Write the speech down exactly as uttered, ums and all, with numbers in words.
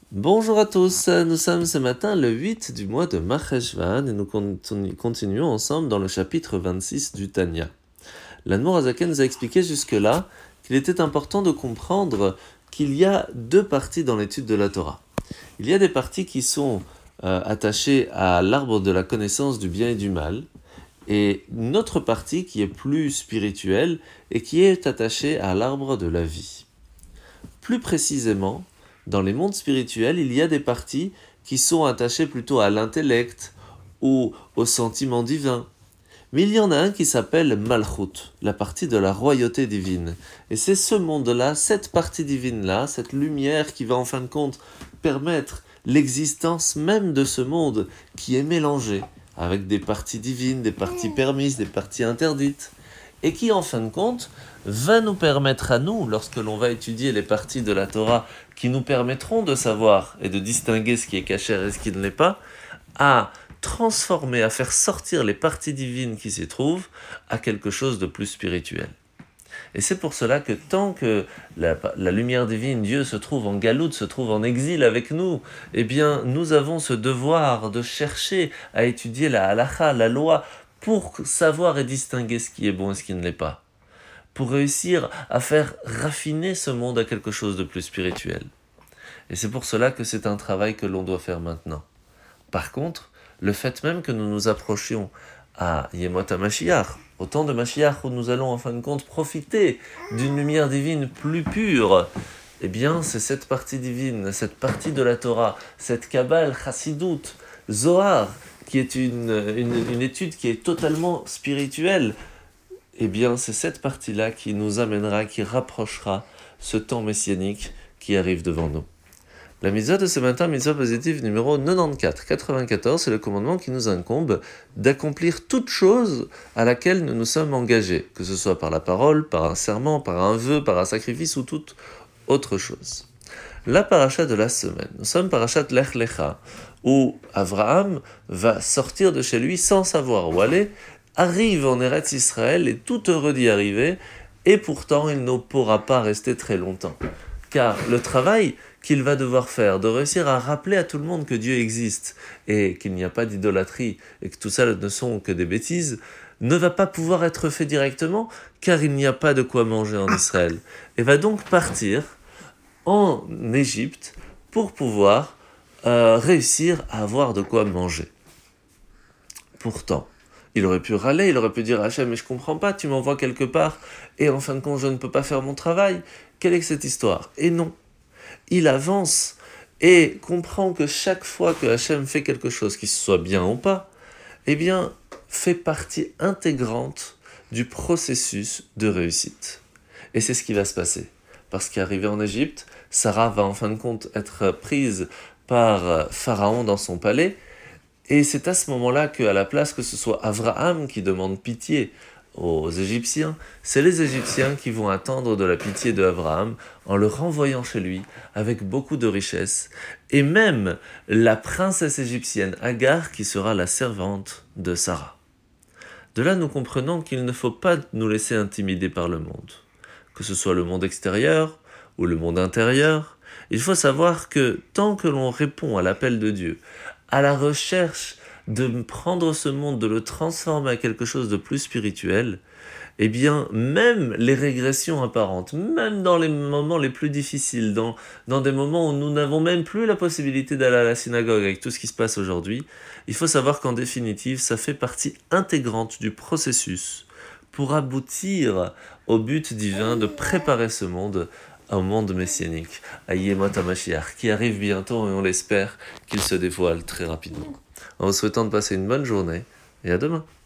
Bonjour à tous, nous sommes ce matin le huit du mois de Marcheshvan et nous continu- continuons ensemble dans le chapitre vingt-six du Tanya. L'Admor Hazaken nous a expliqué jusque-là qu'il était important de comprendre qu'il y a deux parties dans l'étude de la Torah. Il y a des parties qui sont euh, attachées à l'arbre de la connaissance du bien et du mal, et une autre partie qui est plus spirituelle et qui est attachée à l'arbre de la vie. Plus précisément, dans les mondes spirituels, il y a des parties qui sont attachées plutôt à l'intellect ou au sentiment divin. Mais il y en a un qui s'appelle Malchut, la partie de la royauté divine. Et c'est ce monde-là, cette partie divine-là, cette lumière qui va en fin de compte permettre l'existence même de ce monde qui est mélangé avec des parties divines, des parties permises, des parties interdites, et qui en fin de compte va nous permettre à nous, lorsque l'on va étudier les parties de la Torah qui nous permettront de savoir et de distinguer ce qui est cachère et ce qui ne l'est pas, à transformer, à faire sortir les parties divines qui s'y trouvent à quelque chose de plus spirituel. Et c'est pour cela que tant que la, la lumière divine, Dieu, se trouve en galoute, se trouve en exil avec nous, eh bien, nous avons ce devoir de chercher à étudier la halakha, la loi, pour savoir et distinguer ce qui est bon et ce qui ne l'est pas. Pour réussir à faire raffiner ce monde à quelque chose de plus spirituel. Et c'est pour cela que c'est un travail que l'on doit faire maintenant. Par contre, le fait même que nous nous approchions à Yemot HaMashiach, au temps de Mashiach où nous allons en fin de compte profiter d'une lumière divine plus pure, eh bien c'est cette partie divine, cette partie de la Torah, cette Kabbale, Chassidut, Zohar, qui est une, une, une étude qui est totalement spirituelle, eh bien c'est cette partie-là qui nous amènera, qui rapprochera ce temps messianique qui arrive devant nous. La mitzvah de ce matin, mitzvah positive numéro quatre-vingt-quatorze, quatre-vingt-quatorze, c'est le commandement qui nous incombe d'accomplir toute chose à laquelle nous nous sommes engagés, que ce soit par la parole, par un serment, par un vœu, par un sacrifice ou toute autre chose. La paracha de la semaine, nous sommes parachat Lech Lecha, où Avraham va sortir de chez lui sans savoir où aller, arrive en Eretz Israël et tout heureux d'y arriver, et pourtant il ne pourra pas rester très longtemps. Car le travail qu'il va devoir faire, de réussir à rappeler à tout le monde que Dieu existe et qu'il n'y a pas d'idolâtrie et que tout ça ne sont que des bêtises, ne va pas pouvoir être fait directement car il n'y a pas de quoi manger en Israël. Et va donc partir en Égypte pour pouvoir euh, réussir à avoir de quoi manger. Pourtant, il aurait pu râler, il aurait pu dire « Hachem, mais je comprends pas, tu m'envoies quelque part et en fin de compte je ne peux pas faire mon travail. Quelle est cette histoire ?» Et non. Il avance et comprend que chaque fois que Hachem fait quelque chose, qu'il soit bien ou pas, eh bien, fait partie intégrante du processus de réussite. Et c'est ce qui va se passer. Parce qu'arrivée en Égypte, Sarah va en fin de compte être prise par Pharaon dans son palais, et c'est à ce moment-là qu'à la place que ce soit Avraham qui demande pitié aux Égyptiens, c'est les Égyptiens qui vont attendre de la pitié de Avraham en le renvoyant chez lui avec beaucoup de richesses, et même la princesse égyptienne Agar qui sera la servante de Sarah. De là, nous comprenons qu'il ne faut pas nous laisser intimider par le monde, que ce soit le monde extérieur ou le monde intérieur. Il faut savoir que tant que l'on répond à l'appel de Dieu, à la recherche de prendre ce monde, de le transformer à quelque chose de plus spirituel, eh bien, même les régressions apparentes, même dans les moments les plus difficiles, dans, dans des moments où nous n'avons même plus la possibilité d'aller à la synagogue avec tout ce qui se passe aujourd'hui, il faut savoir qu'en définitive, ça fait partie intégrante du processus pour aboutir au but divin de préparer ce monde au monde messianique, à Yemot HaMashiach, qui arrive bientôt et on l'espère qu'il se dévoile très rapidement. En vous souhaitant de passer une bonne journée et à demain.